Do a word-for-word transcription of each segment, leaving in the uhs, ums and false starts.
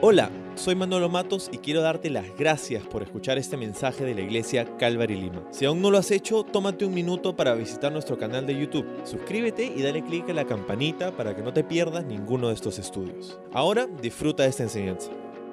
Hola, soy Manolo Matos y quiero darte las gracias por escuchar este mensaje de la iglesia Calvary Lima. Si aún no lo has hecho, tómate un minuto para visitar nuestro canal de YouTube. Suscríbete y dale clic a la campanita para que no te pierdas ninguno de estos estudios. Ahora disfruta de esta enseñanza.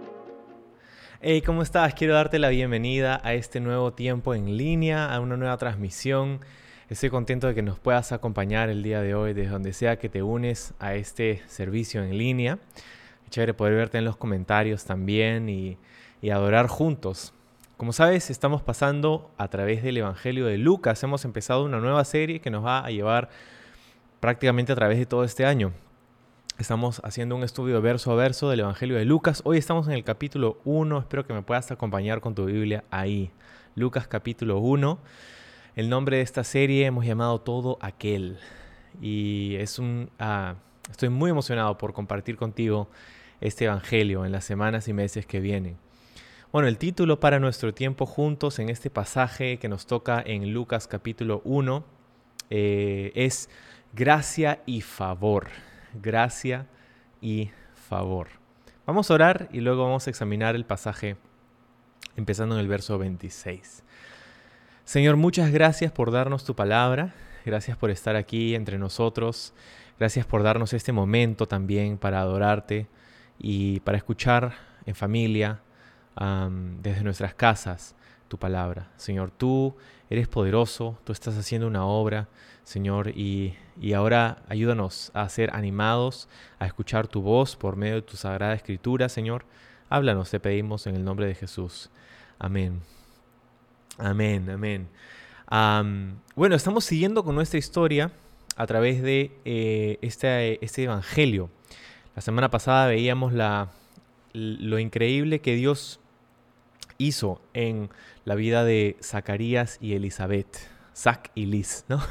Hey, ¿cómo estás? Quiero darte la bienvenida a este nuevo tiempo en línea, a una nueva transmisión. Estoy contento de que nos puedas acompañar el día de hoy, desde donde sea que te unes a este servicio en línea. Chévere poder verte en los comentarios también y, y adorar juntos. Como sabes, estamos pasando a través del Evangelio de Lucas. Hemos empezado una nueva serie que nos va a llevar prácticamente a través de todo este año. Estamos haciendo un estudio verso a verso del Evangelio de Lucas. Hoy estamos en el capítulo uno. Espero que me puedas acompañar con tu Biblia ahí. Lucas capítulo uno. El nombre de esta serie hemos llamado Todo Aquel. Y es un, uh, estoy muy emocionado por compartir contigo este evangelio en las semanas y meses que vienen. Bueno, el título para nuestro tiempo juntos en este pasaje que nos toca en Lucas capítulo uno eh, es gracia y favor. Gracia y favor. Vamos a orar y luego vamos a examinar el pasaje empezando en el verso veintiséis. Señor, muchas gracias por darnos tu palabra. Gracias por estar aquí entre nosotros. Gracias por darnos este momento también para adorarte y para escuchar en familia, um, desde nuestras casas, tu palabra. Señor, tú eres poderoso, tú estás haciendo una obra, Señor, y, y ahora ayúdanos a ser animados, a escuchar tu voz por medio de tu sagrada escritura, Señor. Háblanos, te pedimos en el nombre de Jesús. Amén. Amén, amén. Um, bueno, estamos siguiendo con nuestra historia a través de eh, este, este evangelio. La semana pasada veíamos la, lo increíble que Dios hizo en la vida de Zacarías y Elizabeth. Zac y Liz, ¿no?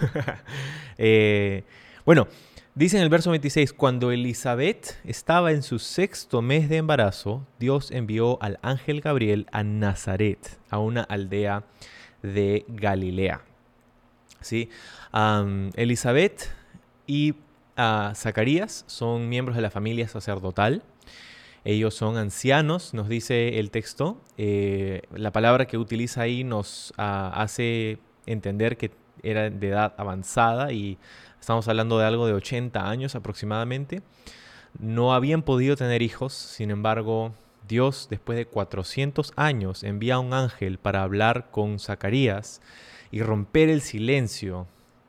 eh, bueno, dice en el verso veintiséis, cuando Elizabeth estaba en su sexto mes de embarazo, Dios envió al ángel Gabriel a Nazaret, a una aldea de Galilea. ¿Sí? Um, Elizabeth y uh, Zacarías son miembros de la familia sacerdotal. Ellos son ancianos, nos dice el texto. Eh, la palabra que utiliza ahí nos uh, hace entender que era de edad avanzada y estamos hablando de algo de ochenta años aproximadamente. No habían podido tener hijos, sin embargo, Dios, después de cuatrocientos años, envía a un ángel para hablar con Zacarías y romper el silencio,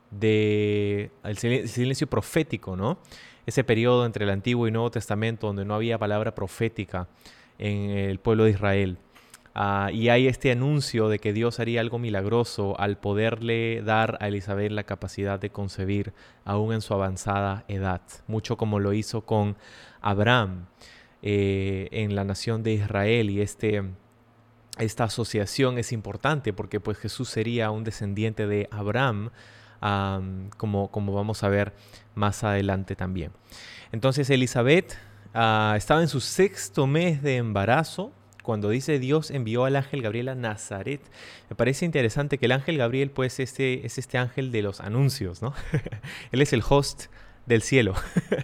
de, el silencio profético, ¿no? Ese periodo entre el Antiguo y Nuevo Testamento donde no había palabra profética en el pueblo de Israel. Uh, y hay este anuncio de que Dios haría algo milagroso al poderle dar a Elizabeth la capacidad de concebir aún en su avanzada edad, mucho como lo hizo con Abraham eh, en la nación de Israel. Y este, esta asociación es importante porque pues, Jesús sería un descendiente de Abraham, um, como, como vamos a ver más adelante también. Entonces Elizabeth uh, estaba en su sexto mes de embarazo cuando dice Dios envió al ángel Gabriel a Nazaret. Me parece interesante que el ángel Gabriel pues este, es este ángel de los anuncios, ¿no? Él es el host del cielo.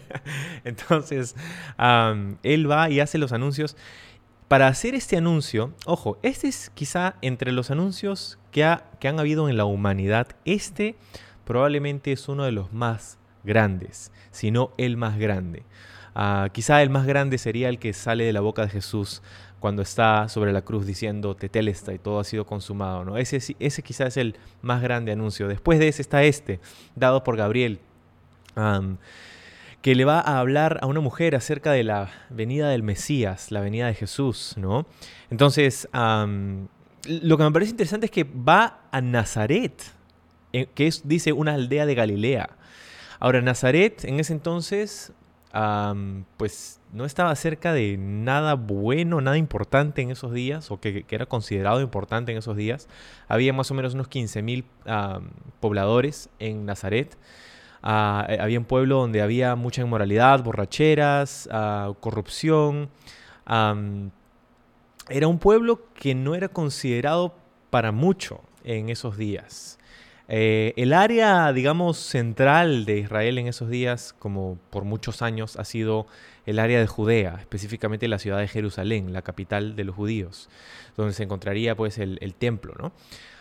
Entonces, um, él va y hace los anuncios. Para hacer este anuncio, ojo, este es quizá entre los anuncios que, ha, que han habido en la humanidad, este probablemente es uno de los más grandes, si no el más grande. Uh, quizá el más grande sería el que sale de la boca de Jesús cuando está sobre la cruz diciendo tetelestai, todo ha sido consumado, ¿no? Ese, ese quizás es el más grande anuncio. Después de ese está este, dado por Gabriel, um, que le va a hablar a una mujer acerca de la venida del Mesías, la venida de Jesús, ¿no? Entonces, um, lo que me parece interesante es que va a Nazaret, que es, dice, una aldea de Galilea. Ahora, Nazaret en ese entonces, um, pues no estaba cerca de nada bueno, nada importante en esos días, o que, que era considerado importante en esos días. Había más o menos unos quince mil um, pobladores en Nazaret. Uh, había un pueblo donde había mucha inmoralidad, borracheras, uh, corrupción. Um, era un pueblo que no era considerado para mucho en esos días. Eh, el área, digamos, central de Israel en esos días, como por muchos años, ha sido el área de Judea, específicamente la ciudad de Jerusalén, la capital de los judíos, donde se encontraría pues el, el templo, ¿no?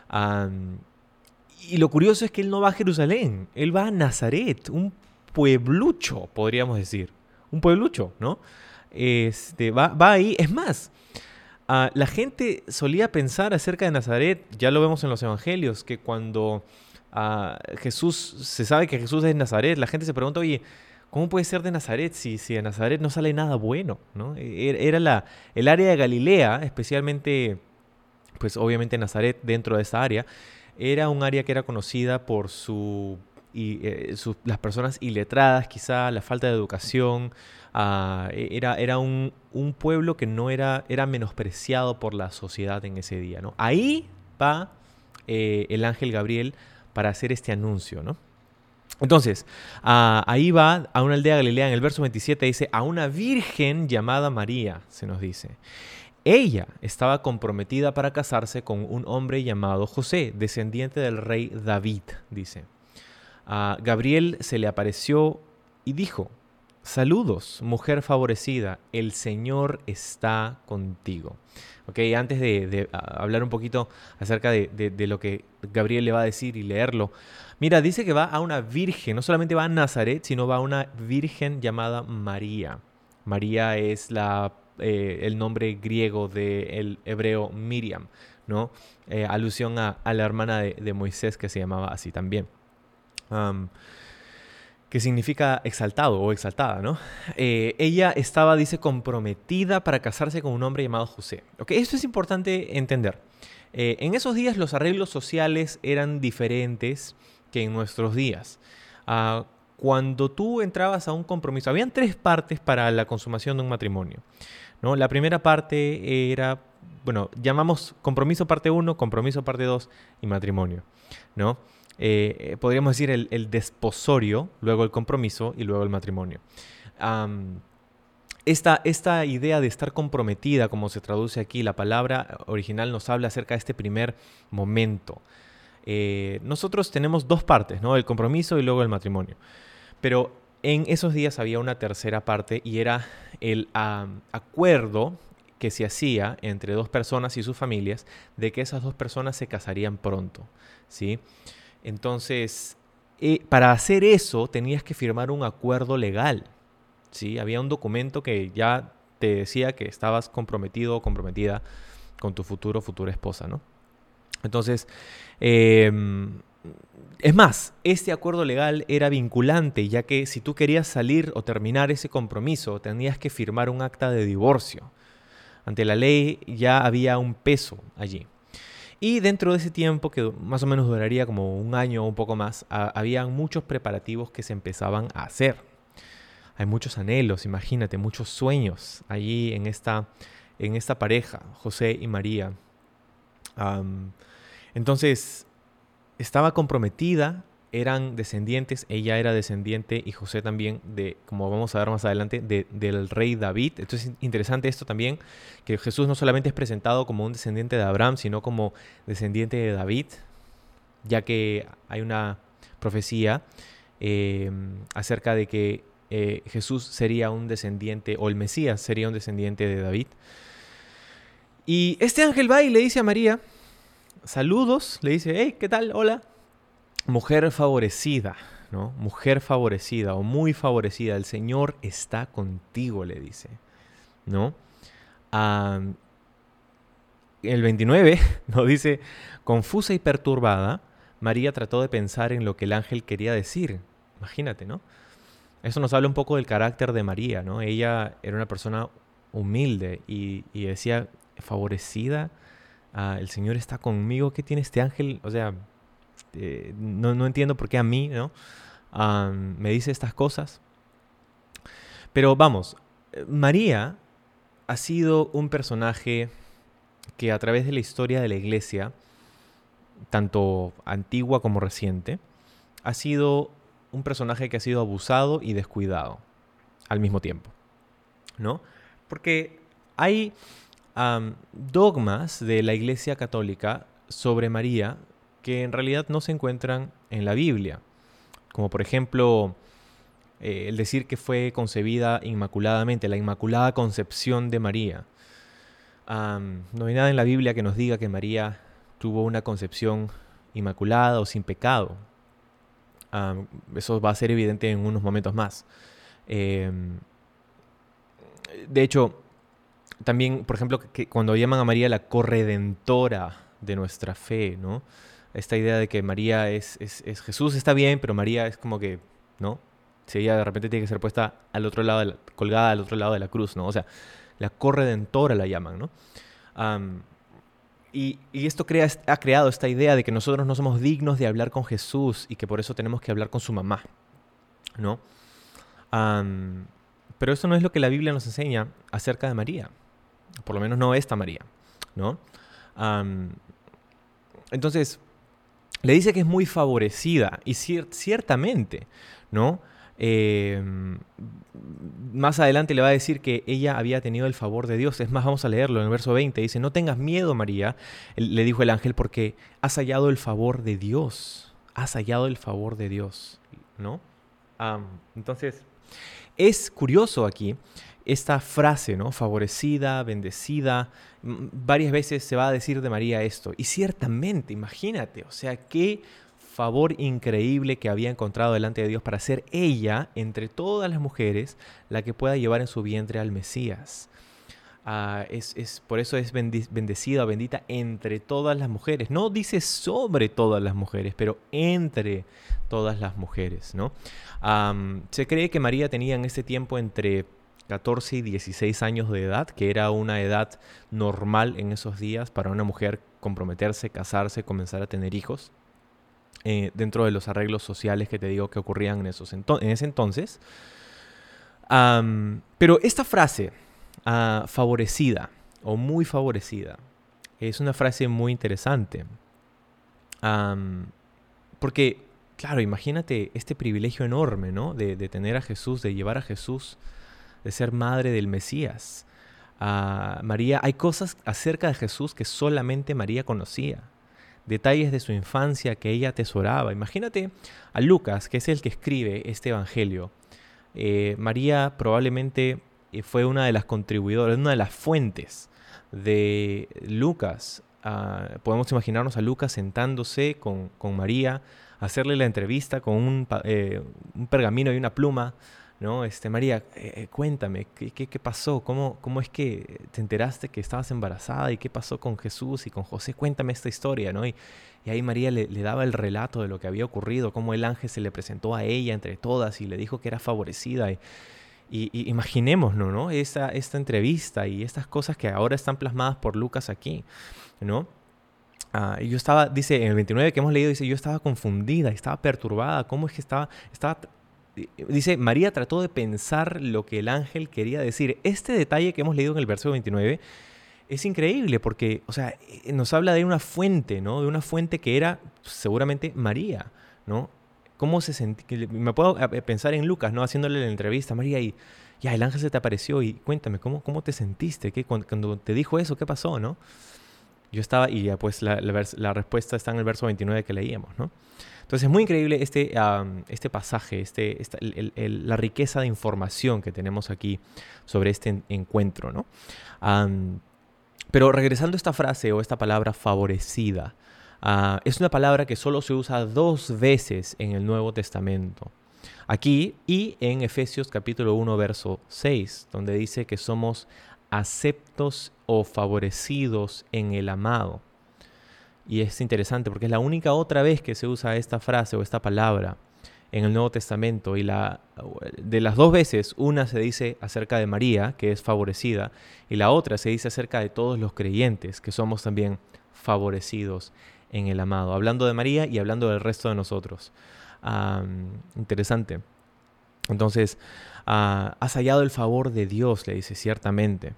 Um, y lo curioso es que él no va a Jerusalén, él va a Nazaret, un pueblucho, podríamos decir. Un pueblucho, ¿no? Este, va, va ahí. Es más, Uh, la gente solía pensar acerca de Nazaret, ya lo vemos en los evangelios, que cuando uh, Jesús, se sabe que Jesús es de Nazaret, la gente se pregunta, oye, ¿cómo puede ser de Nazaret si, si de Nazaret no sale nada bueno? ¿No? Era la, el área de Galilea, especialmente, pues obviamente Nazaret dentro de esa área, era un área que era conocida por su, y, eh, su, las personas iletradas, quizá la falta de educación. Uh, era era un, un pueblo que no era, era menospreciado por la sociedad en ese día, ¿no? Ahí va eh, el ángel Gabriel para hacer este anuncio, ¿no? Entonces, uh, ahí va a una aldea de Galilea, en el verso veintisiete dice, a una virgen llamada María, se nos dice. Ella estaba comprometida para casarse con un hombre llamado José, descendiente del rey David, dice. Uh, Gabriel se le apareció y dijo, saludos, mujer favorecida, el Señor está contigo. Okay, antes de, de uh, hablar un poquito acerca de, de, de lo que Gabriel le va a decir y leerlo, mira, dice que va a una virgen, no solamente va a Nazaret, sino va a una virgen llamada María. María es la, eh, el nombre griego del hebreo Miriam, ¿no? Eh, alusión a, a la hermana de, de Moisés que se llamaba así también. Um, que significa exaltado o exaltada, ¿no? Eh, ella estaba, dice, comprometida para casarse con un hombre llamado José. ¿Okay? Esto es importante entender. Eh, en esos días los arreglos sociales eran diferentes que en nuestros días. Uh, cuando tú entrabas a un compromiso, habían tres partes para la consumación de un matrimonio, ¿no? La primera parte era, bueno, llamamos compromiso parte uno, compromiso parte dos y matrimonio, ¿no? Eh, podríamos decir el, el desposorio, luego el compromiso y luego el matrimonio. Um, esta, esta idea de estar comprometida, como se traduce aquí, la palabra original nos habla acerca de este primer momento. Eh, nosotros tenemos dos partes, ¿no? El compromiso y luego el matrimonio. Pero en esos días había una tercera parte y era el um, acuerdo que se hacía entre dos personas y sus familias de que esas dos personas se casarían pronto, ¿sí? Entonces, eh, para hacer eso tenías que firmar un acuerdo legal, ¿sí? Había un documento que ya te decía que estabas comprometido o comprometida con tu futuro o futura esposa, ¿no? Entonces, eh, es más, este acuerdo legal era vinculante, ya que si tú querías salir o terminar ese compromiso, tenías que firmar un acta de divorcio. Ante la ley ya había un peso allí. Y dentro de ese tiempo, que más o menos duraría como un año o un poco más, a, habían muchos preparativos que se empezaban a hacer. Hay muchos anhelos, imagínate, muchos sueños allí en esta, en esta pareja, José y María. Um, entonces, estaba comprometida, eran descendientes, ella era descendiente y José también, de, como vamos a ver más adelante, de, del rey David. Entonces es interesante esto también, que Jesús no solamente es presentado como un descendiente de Abraham, sino como descendiente de David, ya que hay una profecía eh, acerca de que eh, Jesús sería un descendiente, o el Mesías sería un descendiente de David. Y este ángel va y le dice a María, saludos, le dice, hey, ¿qué tal? Hola. Mujer favorecida, ¿no? Mujer favorecida o muy favorecida, el Señor está contigo, le dice, ¿no? Um, el veintinueve nos dice, confusa y perturbada, María trató de pensar en lo que el ángel quería decir. Imagínate, ¿no? Eso nos habla un poco del carácter de María, ¿no? Ella era una persona humilde y, y decía, favorecida, uh, el Señor está conmigo, ¿qué tiene este ángel? O sea... Eh, no, no entiendo por qué a mí, ¿no? Um, me dice estas cosas. Pero vamos, María ha sido un personaje que a través de la historia de la iglesia, tanto antigua como reciente, ha sido un personaje que ha sido abusado y descuidado al mismo tiempo, ¿no? Porque hay um, dogmas de la iglesia católica sobre María que en realidad no se encuentran en la Biblia. Como por ejemplo, eh, el decir que fue concebida inmaculadamente, la inmaculada concepción de María. Um, no hay nada en la Biblia que nos diga que María tuvo una concepción inmaculada o sin pecado. Um, eso va a ser evidente en unos momentos más. Eh, de hecho, también, por ejemplo, que cuando llaman a María la corredentora de nuestra fe, ¿no? Esta idea de que María es, es, es Jesús está bien, pero María es como que, ¿no? Si ella de repente tiene que ser puesta al otro lado, de la, colgada al otro lado de la cruz, ¿no? O sea, la corredentora la llaman, ¿no? Um, y, y esto crea, ha creado esta idea de que nosotros no somos dignos de hablar con Jesús y que por eso tenemos que hablar con su mamá, ¿no? Um, pero eso no es lo que la Biblia nos enseña acerca de María. Por lo menos no esta María, ¿no? Um, entonces, le dice que es muy favorecida y cier- ciertamente, ¿no? Eh, más adelante le va a decir que ella había tenido el favor de Dios. Es más, vamos a leerlo en el verso veinte. Dice, no tengas miedo, María, le dijo el ángel, porque has hallado el favor de Dios. Has hallado el favor de Dios, ¿no? Um, entonces, es curioso aquí esta frase, ¿no? Favorecida, bendecida. Varias veces se va a decir de María esto. Y ciertamente, imagínate, o sea, qué favor increíble que había encontrado delante de Dios para ser ella, entre todas las mujeres, la que pueda llevar en su vientre al Mesías. Uh, es, es, por eso es bendecida o bendita entre todas las mujeres. No dice sobre todas las mujeres, pero entre todas las mujeres, ¿no? Um, se cree que María tenía en ese tiempo entre catorce y dieciséis años de edad, que era una edad normal en esos días para una mujer comprometerse, casarse, comenzar a tener hijos. Eh, dentro de los arreglos sociales que te digo que ocurrían en, esos ento- en ese entonces. Um, pero esta frase, uh, favorecida o muy favorecida, es una frase muy interesante. Um, porque, claro, imagínate este privilegio enorme, ¿no? De, de tener a Jesús, de llevar a Jesús, de ser madre del Mesías. Uh, María, hay cosas acerca de Jesús que solamente María conocía. Detalles de su infancia que ella atesoraba. Imagínate a Lucas, que es el que escribe este evangelio. Eh, María probablemente fue una de las contribuidoras, una de las fuentes de Lucas. Uh, podemos imaginarnos a Lucas sentándose con, con María, hacerle la entrevista con un, eh, un pergamino y una pluma, ¿no? Este, María, eh, cuéntame, ¿qué, qué, qué pasó? ¿Cómo, ¿Cómo es que te enteraste que estabas embarazada? ¿Y qué pasó con Jesús y con José? Cuéntame esta historia, ¿no? Y, y ahí María le, le daba el relato de lo que había ocurrido, cómo el ángel se le presentó a ella entre todas y le dijo que era favorecida. Y, y, y imaginémonos, ¿no? Esta, esta entrevista y estas cosas que ahora están plasmadas por Lucas aquí, ¿no? Uh, yo estaba, dice, en el veintinueve que hemos leído, dice, yo estaba confundida, estaba perturbada. ¿Cómo es que estaba...? estaba Dice, María trató de pensar lo que el ángel quería decir. Este detalle que hemos leído en el verso veintinueve es increíble porque, o sea, nos habla de una fuente, ¿no? De una fuente que era seguramente María, ¿no? ¿Cómo se sentía? Me puedo pensar en Lucas, ¿no? Haciéndole la entrevista a María y ya, el ángel se te apareció y cuéntame, ¿cómo, cómo te sentiste? ¿Qué, cuando, cuando te dijo eso, ¿qué pasó, no? Yo estaba, y ya pues la, la, la respuesta está en el verso veintinueve que leíamos, ¿no? Entonces es muy increíble este, um, este pasaje, este, esta, el, el, la riqueza de información que tenemos aquí sobre este en, encuentro, ¿no? Um, pero regresando a esta frase o esta palabra favorecida, uh, es una palabra que solo se usa dos veces en el Nuevo Testamento. Aquí y en Efesios capítulo uno, verso seis, donde dice que somos aceptos o favorecidos en el amado. Y es interesante porque es la única otra vez que se usa esta frase o esta palabra en el Nuevo Testamento. Y la, de las dos veces, una se dice acerca de María, que es favorecida, y la otra se dice acerca de todos los creyentes, que somos también favorecidos en el amado. Hablando de María y hablando del resto de nosotros. Um, interesante. Entonces, uh, has hallado el favor de Dios, le dice, ciertamente.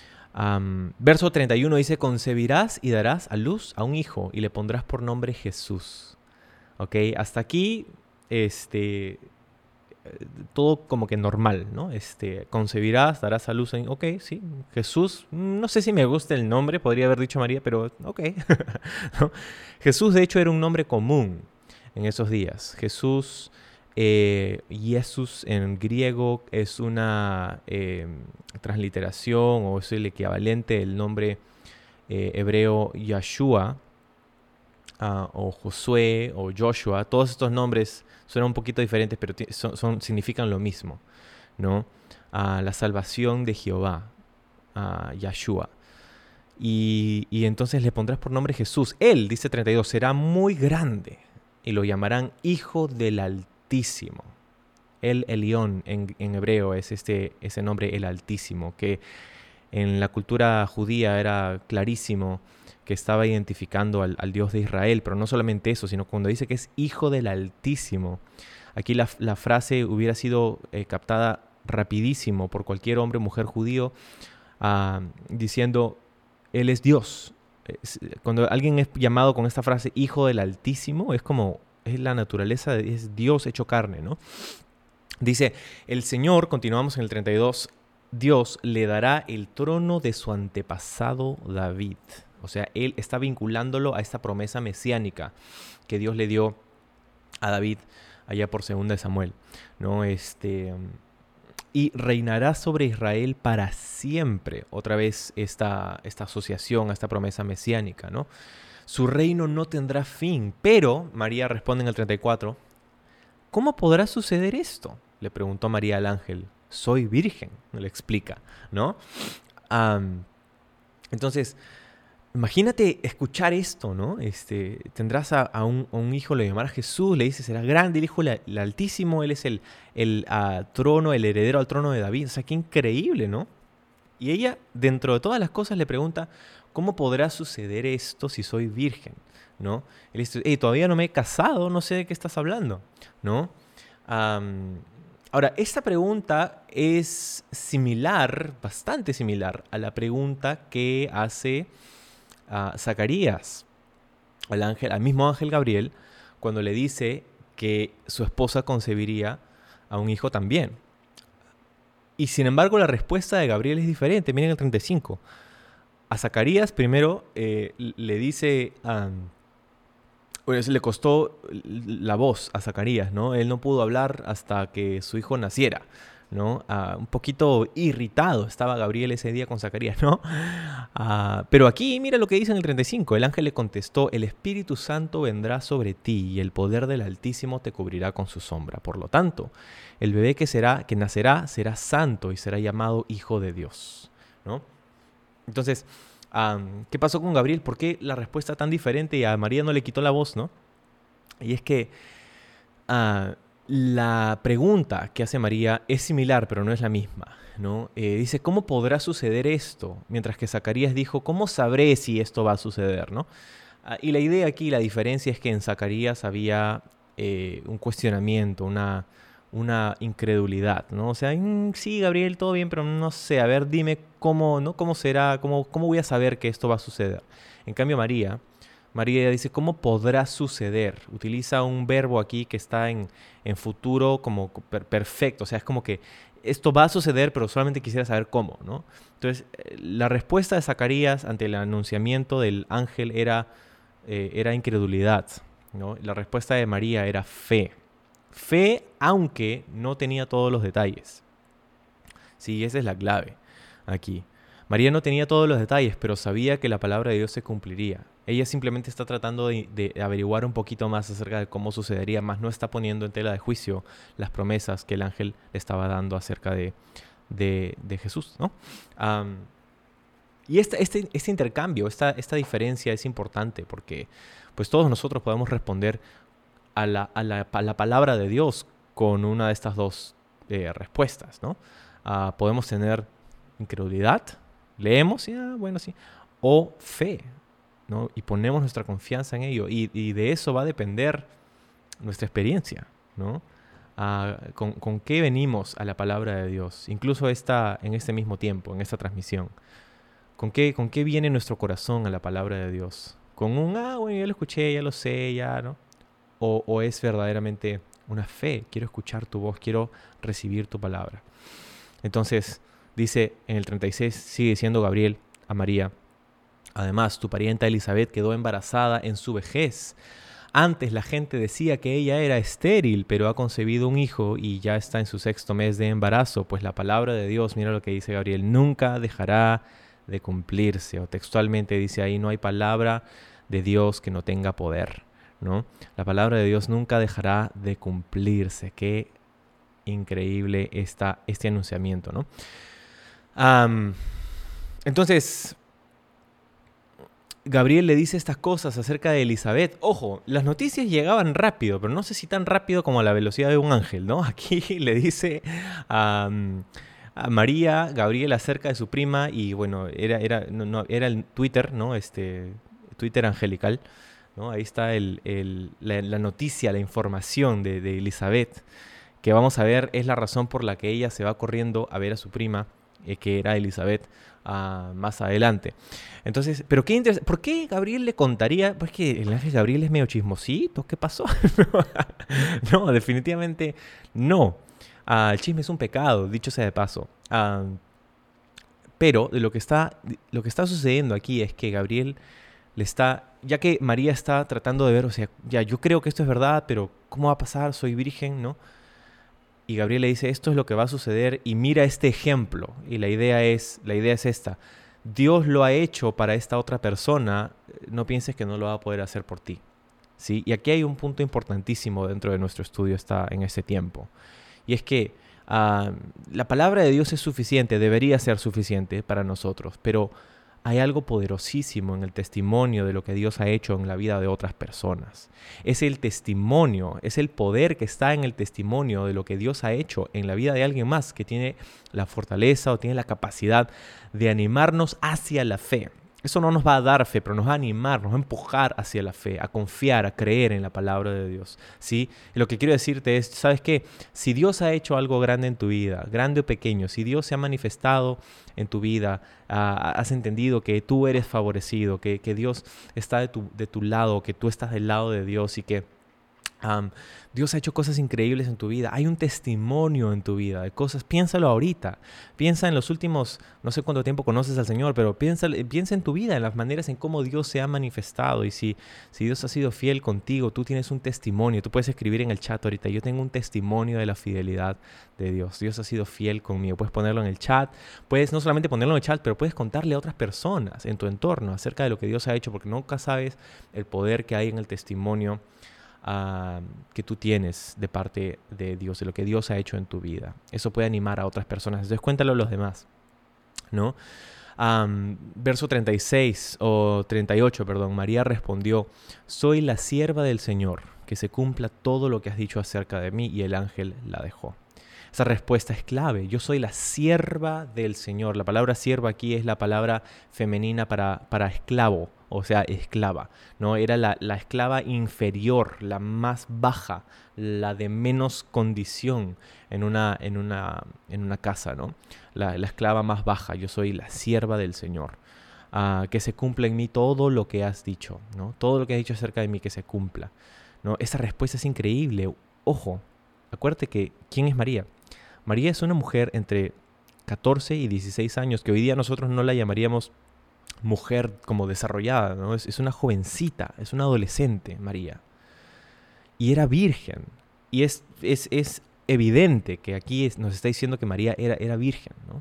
Um, verso treinta y uno dice, concebirás y darás a luz a un hijo y le pondrás por nombre Jesús. ¿Ok? Hasta aquí, este, todo como que normal, ¿no? Este, concebirás, darás a luz en... Ok, sí, Jesús, no sé si me gusta el nombre, podría haber dicho María, pero ok. ¿No? Jesús, de hecho, era un nombre común en esos días. Jesús, eh, Jesús en griego es una eh, transliteración o es el equivalente del nombre eh, hebreo Yahshua, Uh, o Josué o Joshua. Todos estos nombres suenan un poquito diferentes, pero son, son, significan lo mismo, ¿no? Uh, la salvación de Jehová, uh, Yahshua. Y, y entonces le pondrás por nombre Jesús. Él, dice treinta y dos, será muy grande y lo llamarán Hijo del Altísimo. El Elión en, en hebreo es este, ese nombre, el Altísimo, que en la cultura judía era clarísimo que estaba identificando al, al Dios de Israel, pero no solamente eso, sino cuando dice que es Hijo del Altísimo. Aquí la, la frase hubiera sido eh, captada rapidísimo por cualquier hombre o mujer judío uh, diciendo, Él es Dios. Es, cuando alguien es llamado con esta frase, Hijo del Altísimo, es como, es la naturaleza, es Dios hecho carne, ¿no? Dice, el Señor, continuamos en el treinta y dos, Dios le dará el trono de su antepasado David. O sea, él está vinculándolo a esta promesa mesiánica que Dios le dio a David allá por segunda de Samuel, ¿no? Este, y reinará sobre Israel para siempre. Otra vez esta, esta asociación a esta promesa mesiánica, ¿no? Su reino no tendrá fin. Pero, María responde en el treinta y cuatro, ¿cómo podrá suceder esto? Le preguntó María al ángel. Soy virgen, le explica, ¿no? Um, entonces... Imagínate escuchar esto, ¿no? Este, tendrás a, a, un, a un hijo, le llamarás Jesús, le dices, será grande el Hijo el, el Altísimo, él es el, el uh, trono, el heredero al trono de David. O sea, qué increíble, ¿no? Y ella, dentro de todas las cosas, le pregunta, ¿cómo podrá suceder esto si soy virgen? ¿No? Él dice, hey, todavía no me he casado, no sé de qué estás hablando, ¿no? Um, ahora, esta pregunta es similar, bastante similar, a la pregunta que hace... a Zacarías, al, ángel, al mismo ángel Gabriel, cuando le dice que su esposa concebiría a un hijo también. Y sin embargo la respuesta de Gabriel es diferente. Miren el treinta y cinco. A Zacarías primero eh, le dice... Um, bueno, le costó la voz a Zacarías, ¿no? Él no pudo hablar hasta que su hijo naciera, ¿no? Uh, un poquito irritado estaba Gabriel ese día con Zacarías, ¿no? Uh, pero aquí mira lo que dice en el treinta y cinco. El ángel le contestó, el Espíritu Santo vendrá sobre ti y el poder del Altísimo te cubrirá con su sombra. Por lo tanto, el bebé que, será, que nacerá será santo y será llamado Hijo de Dios, ¿no? Entonces, um, ¿qué pasó con Gabriel? ¿Por qué la respuesta tan diferente y a María no le quitó la voz, ¿no? Y es que... Uh, La pregunta que hace María es similar, pero no es la misma, ¿no? Eh, dice, ¿cómo podrá suceder esto? Mientras que Zacarías dijo, ¿cómo sabré si esto va a suceder, ¿no? Ah, y la idea aquí, la diferencia es que en Zacarías había eh, un cuestionamiento, una, una incredulidad, ¿no? O sea, mm, sí, Gabriel, todo bien, pero no sé, a ver, dime cómo, ¿no? ¿Cómo será? ¿Cómo, cómo voy a saber que esto va a suceder? En cambio, María... María dice, ¿cómo podrá suceder? Utiliza un verbo aquí que está en, en futuro como per perfecto. O sea, es como que esto va a suceder, pero solamente quisiera saber cómo, ¿no? Entonces, la respuesta de Zacarías ante el anunciamiento del ángel era, eh, era incredulidad, ¿no? La respuesta de María era fe. Fe, aunque no tenía todos los detalles. Sí, esa es la clave aquí. María no tenía todos los detalles, pero sabía que la palabra de Dios se cumpliría. Ella simplemente está tratando de, de averiguar un poquito más acerca de cómo sucedería, más no está poniendo en tela de juicio las promesas que el ángel le estaba dando acerca de, de, de Jesús, ¿no? Um, y este, este, este intercambio, esta, esta diferencia es importante porque pues, todos nosotros podemos responder a la, a la, a la palabra de Dios con una de estas dos eh, respuestas, ¿no? Uh, podemos tener incredulidad, leemos y, ah, bueno, sí, o fe, ¿no? Y ponemos nuestra confianza en ello. Y, y de eso va a depender nuestra experiencia, ¿no? Uh, con, con qué venimos a la palabra de Dios, incluso esta, en este mismo tiempo, en esta transmisión. ¿Con qué, con qué viene nuestro corazón a la palabra de Dios? Con un, ah, bueno, ya lo escuché, ya lo sé, ya, ¿no? O, o es verdaderamente una fe, quiero escuchar tu voz, quiero recibir tu palabra. Entonces dice en el treinta y seis, sigue diciendo Gabriel a María: además, tu parienta Elizabeth quedó embarazada en su vejez. Antes la gente decía que ella era estéril, pero ha concebido un hijo y ya está en su sexto mes de embarazo. Pues la palabra de Dios, mira lo que dice Gabriel, nunca dejará de cumplirse. O textualmente dice ahí, no hay palabra de Dios que no tenga poder, ¿no? La palabra de Dios nunca dejará de cumplirse. Qué increíble está este anunciamiento, ¿no? Um, entonces, Gabriel le dice estas cosas acerca de Elizabeth. Ojo, las noticias llegaban rápido, pero no sé si tan rápido como a la velocidad de un ángel, ¿no? Aquí le dice a, a María, Gabriel, acerca de su prima, y bueno, era, era, no, no, era el Twitter, ¿no? Este, Twitter angelical, ¿no? Ahí está el, el, la, la noticia, la información de, de Elizabeth, que vamos a ver es la razón por la que ella se va corriendo a ver a su prima, eh, que era Elizabeth, uh, más adelante. Entonces, pero qué interesante, ¿por qué Gabriel le contaría? Pues que el ángel Gabriel es medio chismosito, ¿qué pasó? No, definitivamente no. Uh, el chisme es un pecado, dicho sea de paso. Uh, pero de lo que está, lo que está sucediendo aquí es que Gabriel le está, ya que María está tratando de ver, o sea, ya yo creo que esto es verdad, pero ¿cómo va a pasar? Soy virgen, ¿no? Y Gabriel le dice, esto es lo que va a suceder y mira este ejemplo. Y la idea es, la idea es esta. Dios lo ha hecho para esta otra persona, no pienses que no lo va a poder hacer por ti, ¿sí? Y aquí hay un punto importantísimo dentro de nuestro estudio está en este tiempo. Y es que uh, la palabra de Dios es suficiente, debería ser suficiente para nosotros, pero hay algo poderosísimo en el testimonio de lo que Dios ha hecho en la vida de otras personas. Es el testimonio, es el poder que está en el testimonio de lo que Dios ha hecho en la vida de alguien más que tiene la fortaleza o tiene la capacidad de animarnos hacia la fe. Eso no nos va a dar fe, pero nos va a animar, nos va a empujar hacia la fe, a confiar, a creer en la palabra de Dios, ¿sí? Y lo que quiero decirte es, ¿sabes qué? Si Dios ha hecho algo grande en tu vida, grande o pequeño, si Dios se ha manifestado en tu vida, uh, has entendido que tú eres favorecido, que, que Dios está de tu, de tu lado, que tú estás del lado de Dios y que Um, Dios ha hecho cosas increíbles en tu vida. Hay un testimonio en tu vida de cosas. Piénsalo ahorita. Piensa en los últimos, no sé cuánto tiempo conoces al Señor, pero piensa, piensa en tu vida, en las maneras en cómo Dios se ha manifestado. Y si, si Dios ha sido fiel contigo, tú tienes un testimonio. Tú puedes escribir en el chat ahorita, yo tengo un testimonio de la fidelidad de Dios. Dios ha sido fiel conmigo. Puedes ponerlo en el chat. Puedes no solamente ponerlo en el chat, pero puedes contarle a otras personas en tu entorno acerca de lo que Dios ha hecho, porque nunca sabes el poder que hay en el testimonio Uh, que tú tienes de parte de Dios, de lo que Dios ha hecho en tu vida. Eso puede animar a otras personas. Entonces cuéntalo a los demás, ¿no? Um, verso treinta y seis o treinta y ocho, perdón. María respondió, soy la sierva del Señor, que se cumpla todo lo que has dicho acerca de mí. Y el ángel la dejó. Esa respuesta es clave. Yo soy la sierva del Señor. La palabra sierva aquí es la palabra femenina para, para esclavo, o sea, esclava, ¿no? Era la, la esclava inferior, la más baja, la de menos condición en una, en una, en una casa, ¿no? La, la esclava más baja. Yo soy la sierva del Señor. Uh, que se cumpla en mí todo lo que has dicho, ¿no? Todo lo que has dicho acerca de mí, que se cumpla, ¿no? Esa respuesta es increíble. Ojo, acuérdate que, ¿quién es María? María es una mujer entre catorce y dieciséis años, que hoy día nosotros no la llamaríamos mujer como desarrollada, ¿no? Es, es una jovencita, es una adolescente, María. Y era virgen. Y es, es, es evidente que aquí es, nos está diciendo que María era, era virgen, ¿no?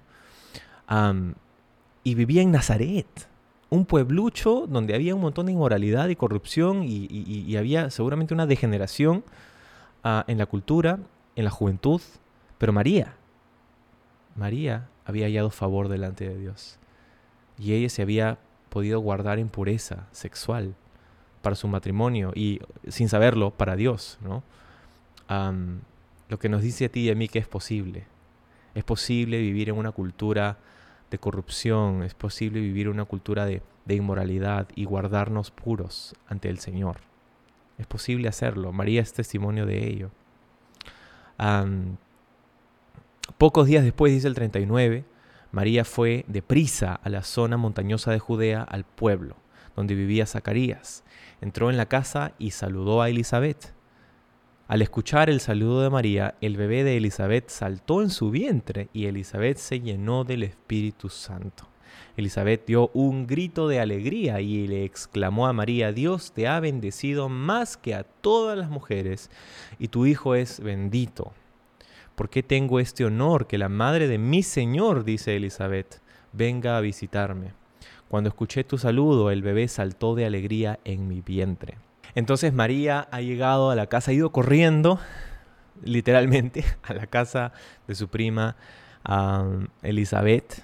Um, y vivía en Nazaret, un pueblucho donde había un montón de inmoralidad y corrupción y, y, y había seguramente una degeneración uh, en la cultura, en la juventud. Pero María, María había hallado favor delante de Dios. Y ella se había podido guardar en pureza sexual para su matrimonio y, sin saberlo, para Dios, ¿no? Um, lo que nos dice a ti y a mí que es posible. Es posible vivir en una cultura de corrupción, es posible vivir en una cultura de, de inmoralidad y guardarnos puros ante el Señor. Es posible hacerlo. María es testimonio de ello. Um, pocos días después, dice el treinta y nueve, María fue deprisa a la zona montañosa de Judea, al pueblo donde vivía Zacarías. Entró en la casa y saludó a Elizabeth. Al escuchar el saludo de María, el bebé de Elizabeth saltó en su vientre y Elizabeth se llenó del Espíritu Santo. Elizabeth dio un grito de alegría y le exclamó a María: Dios te ha bendecido más que a todas las mujeres y tu hijo es bendito. ¿Por qué tengo este honor que la madre de mi Señor, dice Elizabeth, venga a visitarme? Cuando escuché tu saludo, el bebé saltó de alegría en mi vientre. Entonces María ha llegado a la casa, ha ido corriendo, literalmente, a la casa de su prima um, Elizabeth,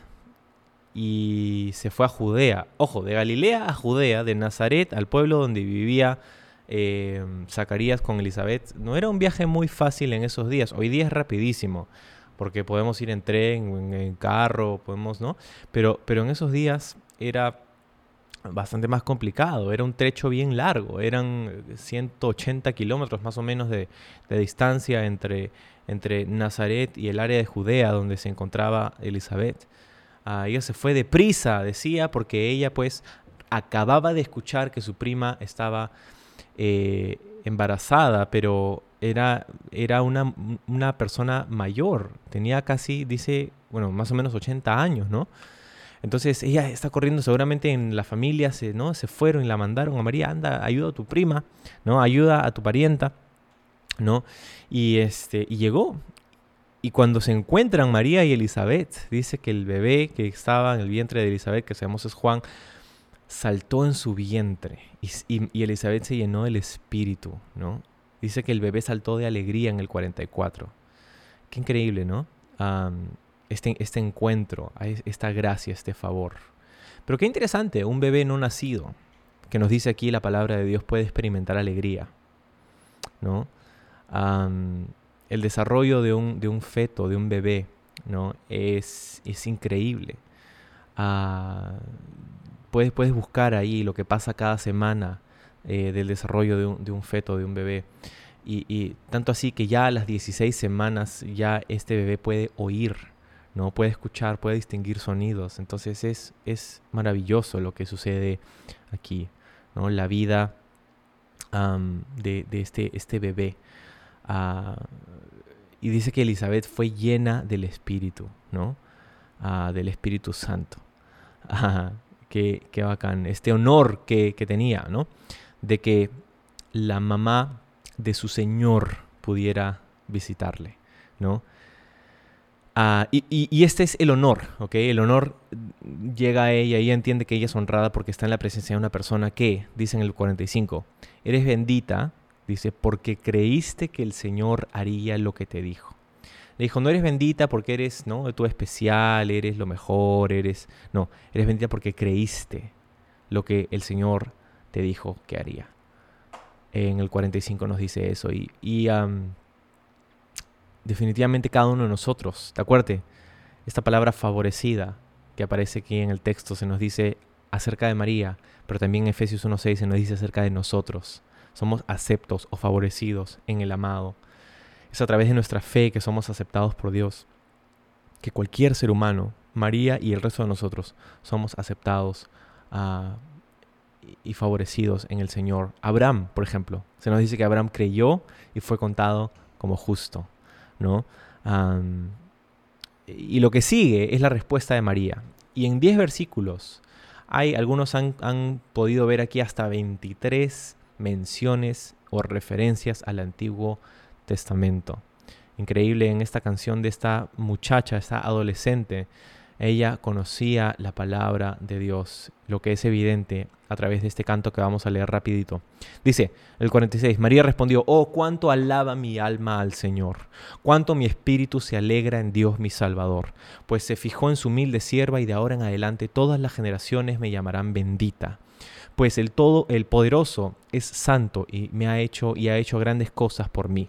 y se fue a Judea. Ojo, de Galilea a Judea, de Nazaret al pueblo donde vivía eh, Zacarías con Elizabeth. No era un viaje muy fácil en esos días. Hoy día es rapidísimo, porque podemos ir en tren, en, en carro, podemos, ¿no? Pero, pero en esos días era bastante más complicado. Era un trecho bien largo. Eran ciento ochenta kilómetros más o menos de, de distancia entre, entre Nazaret y el área de Judea donde se encontraba Elizabeth. Uh, ella se fue deprisa, decía, porque ella pues acababa de escuchar que su prima estaba eh, embarazada, pero era, era una, una persona mayor. Tenía casi, dice, bueno, más o menos ochenta años, ¿no? Entonces ella está corriendo, seguramente en la familia se, ¿no? se fueron y la mandaron a María: anda, ayuda a tu prima, ¿no? Ayuda a tu parienta, ¿no? Y, este, y llegó. Y cuando se encuentran María y Elizabeth, dice que el bebé que estaba en el vientre de Elizabeth, que sabemos es Juan, saltó en su vientre y, y, y Elizabeth se llenó del Espíritu, ¿no? Dice que el bebé saltó de alegría en el cuarenta y cuatro. Qué increíble, ¿no? Um, Este, este encuentro, esta gracia, este favor. Pero qué interesante, un bebé no nacido, que nos dice aquí la palabra de Dios, puede experimentar alegría, ¿no? Um, el desarrollo de un, de un feto, de un bebé, ¿no? Es, es increíble. Uh, puedes, puedes buscar ahí lo que pasa cada semana eh, del desarrollo de un, de un feto, de un bebé. Y, y tanto así que ya a las dieciséis semanas ya este bebé puede oír, ¿no? Puede escuchar, puede distinguir sonidos. Entonces es, es maravilloso lo que sucede aquí, ¿no? La vida um, de, de este, este bebé. Uh, y dice que Elizabeth fue llena del Espíritu, ¿no? Uh, del Espíritu Santo. Uh, qué, qué bacán. Este honor que, que tenía, ¿no? De que la mamá de su Señor pudiera visitarle, ¿no? Uh, y, y, y este es el honor, ¿ok? El honor llega a ella y ella entiende que ella es honrada porque está en la presencia de una persona que, dice en el cuarenta y cinco, eres bendita, dice, porque creíste que el Señor haría lo que te dijo. Le dijo, no eres bendita porque eres, ¿no? Tú especial, eres lo mejor, eres... No, eres bendita porque creíste lo que el Señor te dijo que haría. En el cuarenta y cinco nos dice eso y... y um, definitivamente cada uno de nosotros, ¿te acuerdas? Esta palabra favorecida que aparece aquí en el texto se nos dice acerca de María, pero también en Efesios uno seis se nos dice acerca de nosotros. Somos aceptos o favorecidos en el amado. Es a través de nuestra fe que somos aceptados por Dios. Que cualquier ser humano, María y el resto de nosotros, somos aceptados uh, y favorecidos en el Señor. Abraham, por ejemplo, se nos dice que Abraham creyó y fue contado como justo, ¿no? Um, y lo que sigue es la respuesta de María. Y en diez versículos, hay, algunos han, han podido ver aquí hasta veintitrés menciones o referencias al Antiguo Testamento. Increíble, en esta canción de esta muchacha, esta adolescente, ella conocía la palabra de Dios, lo que es evidente a través de este canto que vamos a leer rapidito. Dice el cuarenta y seis, María respondió, oh, cuánto alaba mi alma al Señor, cuánto mi espíritu se alegra en Dios mi Salvador, pues se fijó en su humilde sierva y de ahora en adelante todas las generaciones me llamarán bendita. Pues el todo, el poderoso es santo y me ha hecho y ha hecho grandes cosas por mí,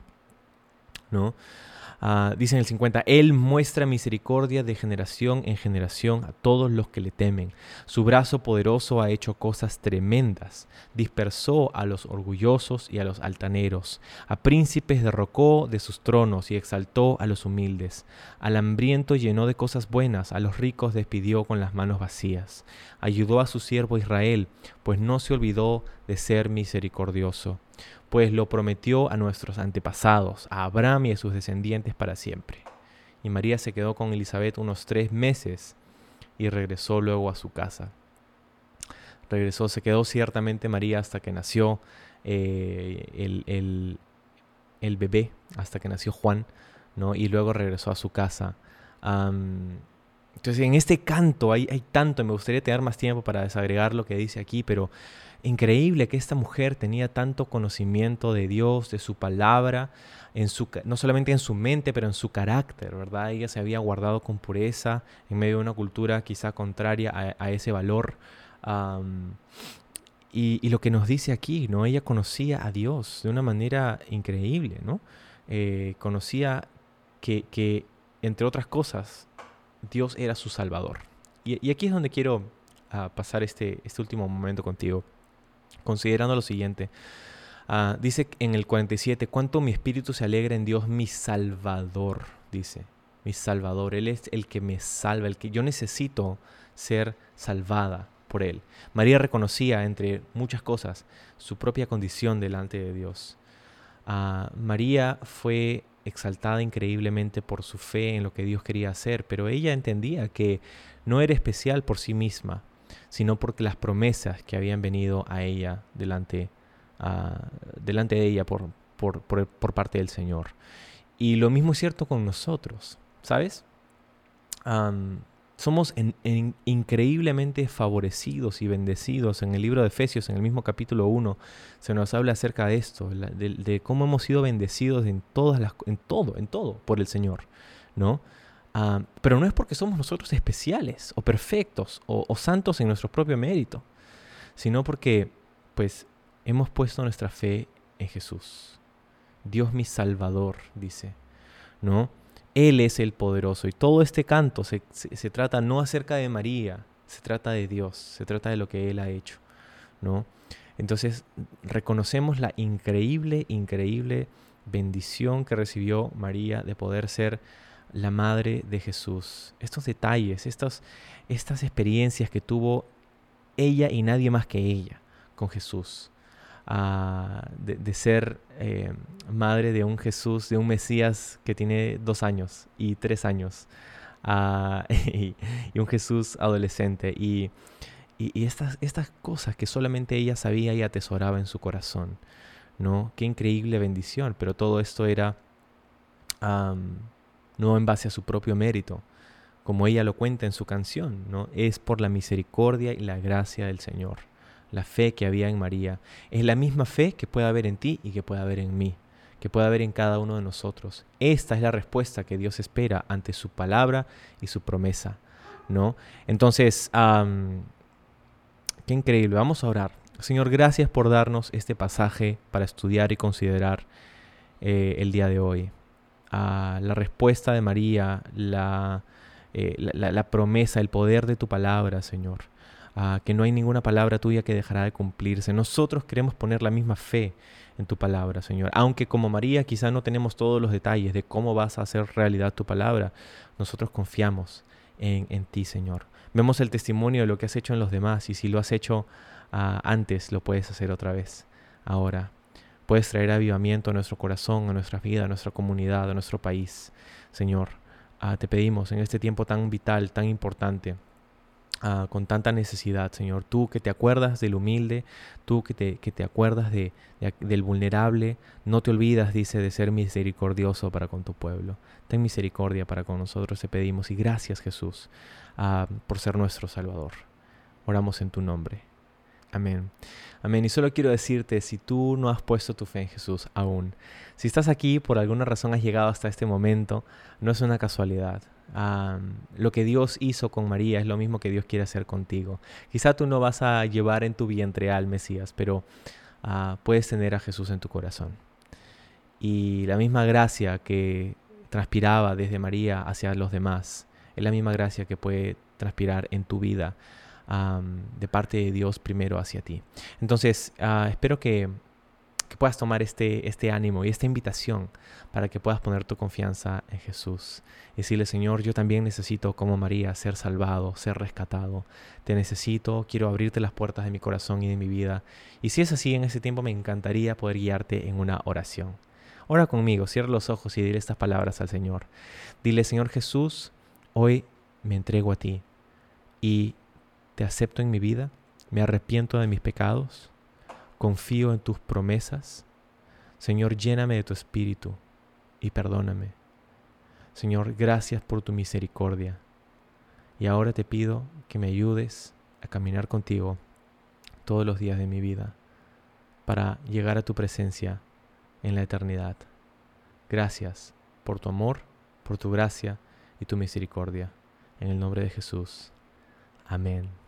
¿no? Uh, dice en el cincuenta, Él muestra misericordia de generación en generación a todos los que le temen. Su brazo poderoso ha hecho cosas tremendas. Dispersó a los orgullosos y a los altaneros. A príncipes derrocó de sus tronos y exaltó a los humildes. Al hambriento llenó de cosas buenas, a los ricos despidió con las manos vacías. Ayudó a su siervo Israel, pues no se olvidó de ser misericordioso. pues lo prometió a nuestros antepasados, a Abraham y a sus descendientes para siempre. Y María se quedó con Elizabeth unos tres meses y regresó luego a su casa. Regresó, se quedó ciertamente María hasta que nació eh, el, el, el bebé, hasta que nació Juan, ¿no? Y luego regresó a su casa. Um, entonces, en este canto hay, hay tanto, me gustaría tener más tiempo para desagregar lo que dice aquí, pero increíble que esta mujer tenía tanto conocimiento de Dios, de su palabra, en su, no solamente en su mente, pero en su carácter, ¿verdad? Ella se había guardado con pureza en medio de una cultura quizá contraria a, a ese valor. Um, y, y lo que nos dice aquí, ¿no? Ella conocía a Dios de una manera increíble, ¿no? Eh, conocía que, que, entre otras cosas, Dios era su Salvador. Y, y aquí es donde quiero uh, pasar este, este último momento contigo, considerando lo siguiente. Uh, dice en el cuarenta y siete, cuánto mi espíritu se alegra en Dios, mi Salvador, dice, mi Salvador. Él es el que me salva, el que yo necesito ser salvada por Él. María reconocía, entre muchas cosas, su propia condición delante de Dios. Uh, María fue exaltada increíblemente por su fe en lo que Dios quería hacer, pero ella entendía que no era especial por sí misma, sino porque las promesas que habían venido a ella delante, uh, delante de ella por, por, por, por parte del Señor. Y lo mismo es cierto con nosotros, ¿sabes? Um, somos en, en increíblemente favorecidos y bendecidos. En el libro de Efesios, en el mismo capítulo uno, se nos habla acerca de esto, de, de cómo hemos sido bendecidos en, todas las, en todo, en todo por el Señor, ¿no? Uh, pero no es porque somos nosotros especiales o perfectos o, o santos en nuestro propio mérito, sino porque pues hemos puesto nuestra fe en Jesús. Dios mi Salvador, dice, ¿no? Él es el poderoso. Y todo este canto se, se, se trata no acerca de María, se trata de Dios, se trata de lo que Él ha hecho, ¿no? Entonces reconocemos la increíble, increíble bendición que recibió María de poder ser la madre de Jesús. Estos detalles, estos, estas experiencias que tuvo ella y nadie más que ella con Jesús. Uh, de, de ser eh, madre de un Jesús, de un Mesías que tiene dos años y tres años uh, y, y un Jesús adolescente y, y, y estas, estas cosas que solamente ella sabía y atesoraba en su corazón, ¿no? Qué increíble bendición, pero todo esto era um, no en base a su propio mérito, como ella lo cuenta en su canción, ¿no? Es por la misericordia y la gracia del Señor. La fe que había en María es la misma fe que puede haber en ti y que puede haber en mí, que puede haber en cada uno de nosotros. Esta es la respuesta que Dios espera ante su palabra y su promesa, ¿no? Entonces, um, qué increíble. Vamos a orar. Señor, gracias por darnos este pasaje para estudiar y considerar eh, el día de hoy. Uh, la respuesta de María, la, eh, la, la, la promesa, el poder de tu palabra, Señor. Uh, que no hay ninguna palabra tuya que dejará de cumplirse. Nosotros queremos poner la misma fe en tu palabra, Señor. Aunque como María quizá no tenemos todos los detalles de cómo vas a hacer realidad tu palabra, nosotros confiamos en, en ti, Señor. Vemos el testimonio de lo que has hecho en los demás y si lo has hecho uh, antes, lo puedes hacer otra vez, ahora. Puedes traer avivamiento a nuestro corazón, a nuestra vida, a nuestra comunidad, a nuestro país, Señor. Uh, te pedimos en este tiempo tan vital, tan importante, Uh, con tanta necesidad, Señor. Tú que te acuerdas del humilde, tú que te, que te acuerdas de, de, del vulnerable, no te olvidas, dice, de ser misericordioso para con tu pueblo. Ten misericordia para con nosotros, te pedimos. Y gracias, Jesús, uh, por ser nuestro Salvador. Oramos en tu nombre. Amén. Amén. Y solo quiero decirte, si tú no has puesto tu fe en Jesús aún, si estás aquí, por alguna razón has llegado hasta este momento, no es una casualidad. Um, lo que Dios hizo con María es lo mismo que Dios quiere hacer contigo. Quizá tú no vas a llevar en tu vientre al Mesías, pero uh, puedes tener a Jesús en tu corazón. Y la misma gracia que transpiraba desde María hacia los demás, es la misma gracia que puede transpirar en tu vida um, de parte de Dios primero hacia ti. Entonces, uh, espero que, que puedas tomar este, este ánimo y esta invitación para que puedas poner tu confianza en Jesús. Y decirle, Señor, yo también necesito, como María, ser salvado, ser rescatado. Te necesito, quiero abrirte las puertas de mi corazón y de mi vida. Y si es así, en ese tiempo me encantaría poder guiarte en una oración. Ora conmigo, cierra los ojos y dile estas palabras al Señor. Dile, Señor Jesús, hoy me entrego a ti y te acepto en mi vida, me arrepiento de mis pecados, confío en tus promesas. Señor, lléname de tu espíritu y perdóname. Señor, gracias por tu misericordia. Y ahora te pido que me ayudes a caminar contigo todos los días de mi vida para llegar a tu presencia en la eternidad. Gracias por tu amor, por tu gracia y tu misericordia. En el nombre de Jesús. Amén.